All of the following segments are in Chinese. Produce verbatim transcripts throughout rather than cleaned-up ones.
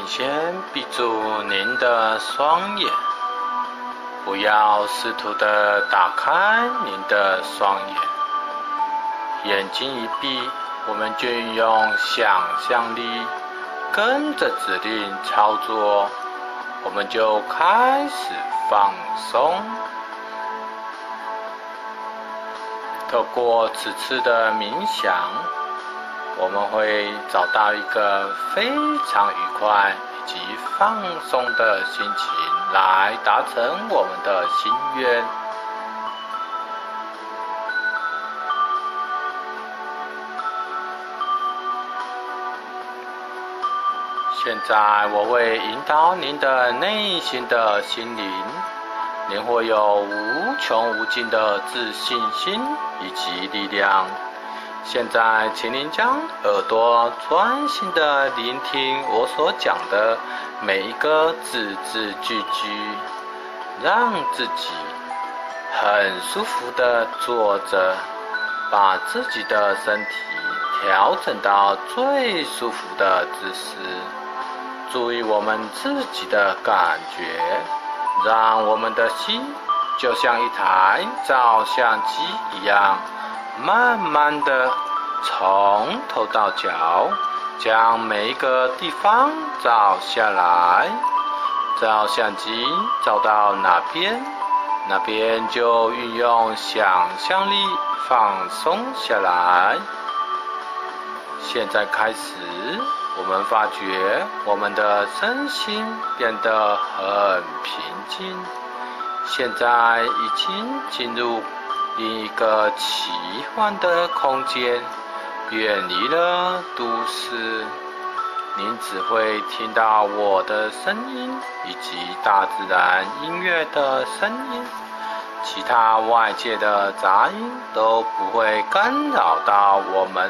请先闭住您的双眼，不要试图的打开您的双眼。眼睛一闭，我们就运用想象力，跟着指令操作，我们就开始放松。透过此次的冥想，我们会找到一个非常愉快以及放松的心情，来达成我们的心愿。现在我会引导您的内心的心灵，您会有无穷无尽的自信心以及力量。现在请您将耳朵专心的聆听我所讲的每一个字字句句，让自己很舒服的坐着，把自己的身体调整到最舒服的姿势。注意我们自己的感觉，让我们的心就像一台照相机一样，慢慢的从头到脚，将每一个地方照下来。照相机照到哪边，那边就运用想象力放松下来。现在开始，我们发觉我们的身心变得很平静，现在已经进入另一个奇幻的空间，远离了都市。您只会听到我的声音以及大自然音乐的声音，其他外界的杂音都不会干扰到我们。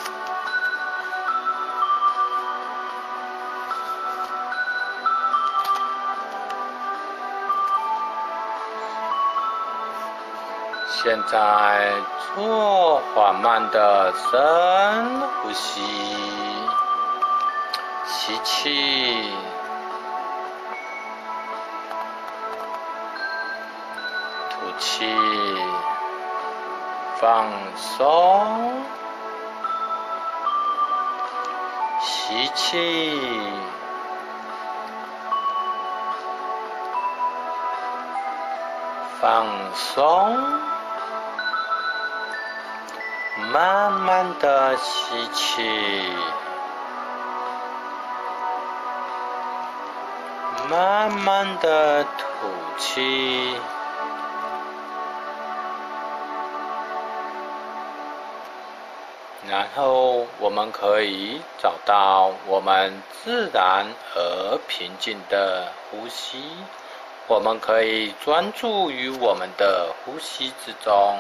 现在做缓慢的深呼吸，吸气，吐气，放松，吸气，放松。慢慢的吸气，慢慢的吐气，然后我们可以找到我们自然而平静的呼吸，我们可以专注于我们的呼吸之中。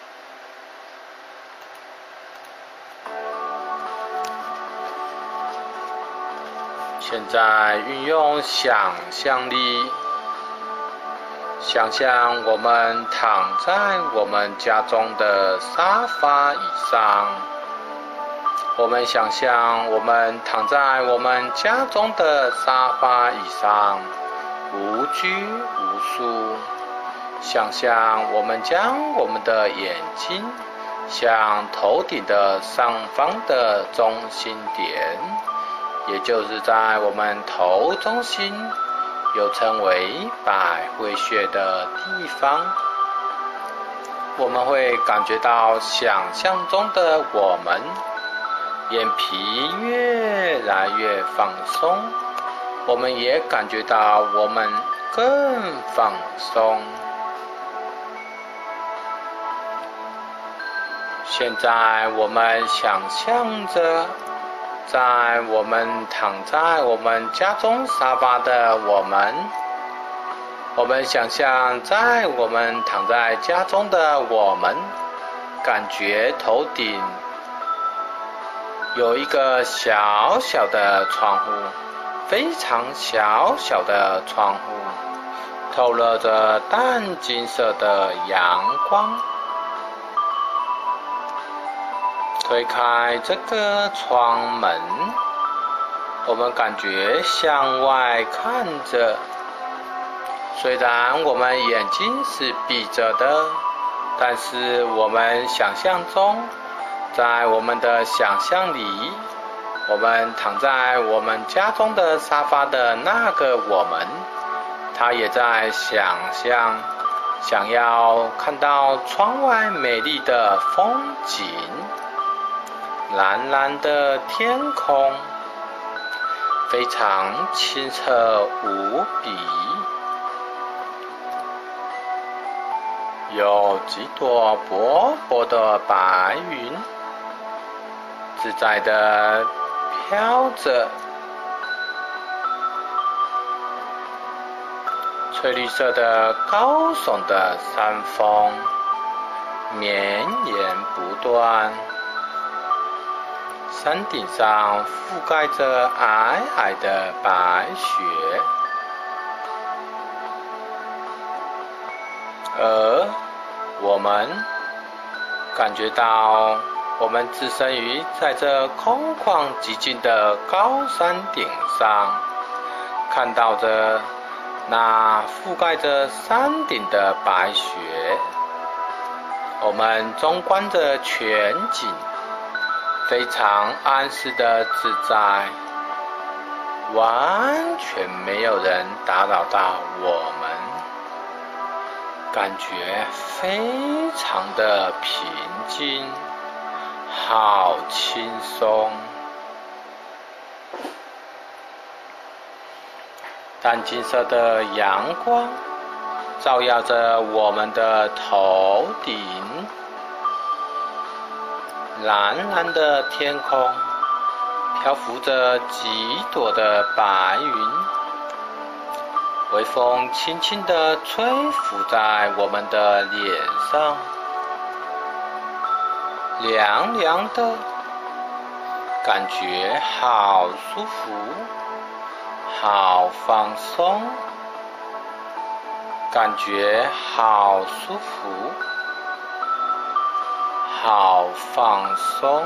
现在运用想象力，想象我们躺在我们家中的沙发椅上，我们想象我们躺在我们家中的沙发椅上，无拘无束。想象我们将我们的眼睛向头顶的上方的中心点，也就是在我们头中心，又称为百会穴的地方，我们会感觉到想象中的我们眼皮越来越放松，我们也感觉到我们更放松。现在我们想象着，在我们躺在我们家中沙发的我们，我们想象在我们躺在家中的我们，感觉头顶有一个小小的窗户，非常小小的窗户，透露着淡金色的阳光。推开这个窗门， 我们感觉向外看着，虽然我们眼睛是闭着的，但是我们想象中，在我们的想象里，我们躺在我们家中的沙发的那个我们，他也在想象，想要看到窗外美丽的风景，蓝蓝的天空，非常清澈无比，有几朵薄薄的白云，自在的飘着，翠绿色的高耸的山峰，绵延不断，山顶上覆盖着皑皑的白雪，而我们感觉到我们置身于在这空旷寂静的高山顶上，看到着那覆盖着山顶的白雪，我们纵观着全景，非常安适的自在，完全没有人打扰到我们，感觉非常的平静，好轻松。淡金色的阳光照耀着我们的头顶，蓝蓝的天空漂浮着几朵的白云，微风轻轻地吹拂在我们的脸上，凉凉的，感觉好舒服，好放松，感觉好舒服，好放松。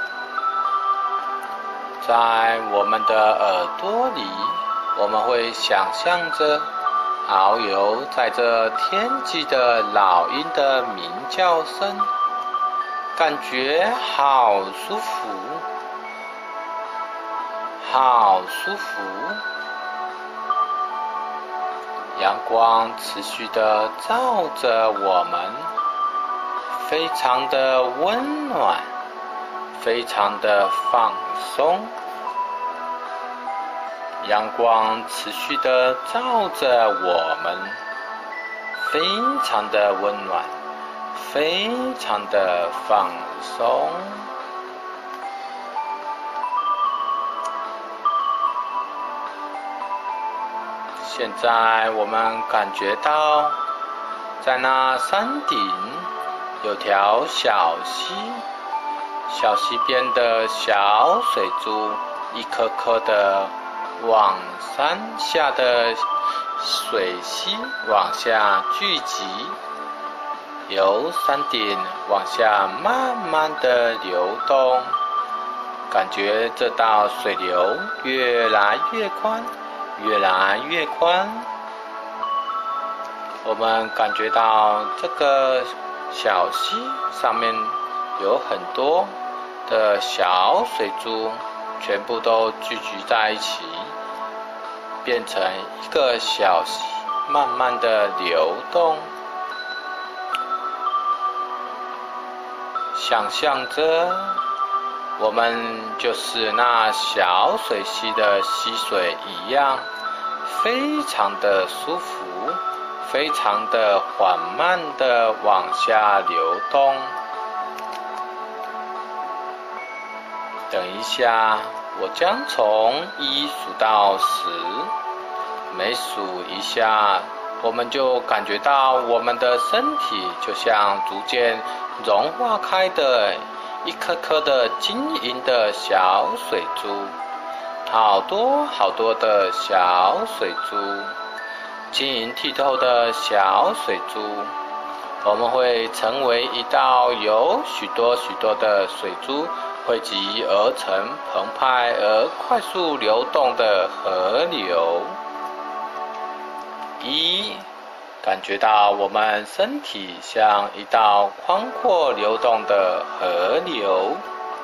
在我们的耳朵里，我们会想象着遨游在这天际的老鹰的鸣叫声，感觉好舒服，好舒服。阳光持续的照着我们，非常的温暖，非常的放松。阳光持续的照着我们，非常的温暖，非常的放松。现在我们感觉到，在那山顶有条小溪，小溪边的小水珠一颗颗的往山下的水溪往下聚集，由山顶往下慢慢的流动，感觉这道水流越来越宽，越来越宽。我们感觉到这个小溪上面有很多的小水珠，全部都聚集在一起，变成一个小溪，慢慢的流动。想象着我们就是那小水溪的溪水一样，非常的舒服，非常的缓慢的往下流动。等一下，我将从一数到十，每数一下，我们就感觉到我们的身体就像逐渐融化开的一颗颗的晶莹的小水珠，好多好多的小水珠，晶莹剔透的小水珠，我们会成为一道有许多许多的水珠汇集而成澎湃而快速流动的河流。一，感觉到我们身体像一道宽阔流动的河流。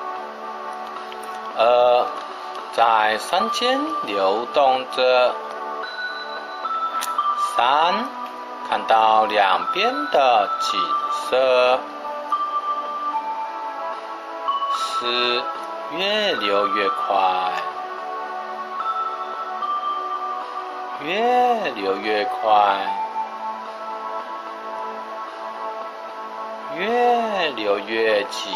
二，在山间流动着。三，看到两边的景色。四，越流越快，越流越快，越流越急。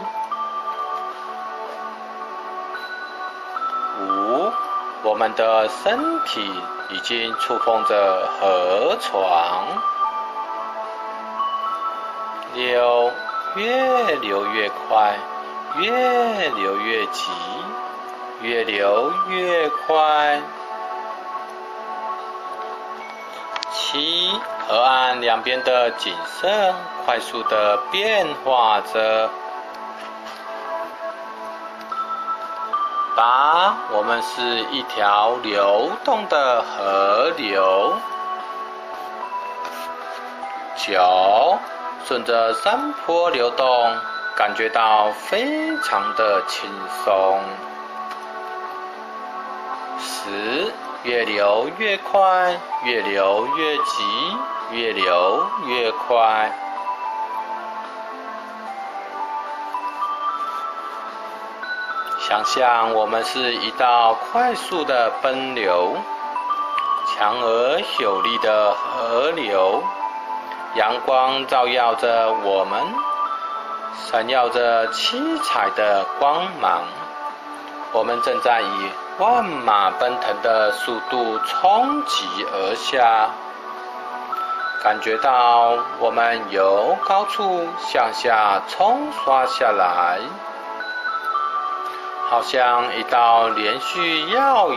五，我们的身体已经触碰着河床。六，越流越快，越流越急，越流越快。七，河岸两边的景色快速地变化着。八，我们是一条流动的河流。九，顺着山坡流动，感觉到非常的轻松。十，越流越快，越流越急，越流越快。想象我们是一道快速的奔流，强而有力的河流，阳光照耀着我们，闪耀着七彩的光芒。我们正在以万马奔腾的速度冲击而下，感觉到我们由高处向下冲刷下来，好像一道连续耀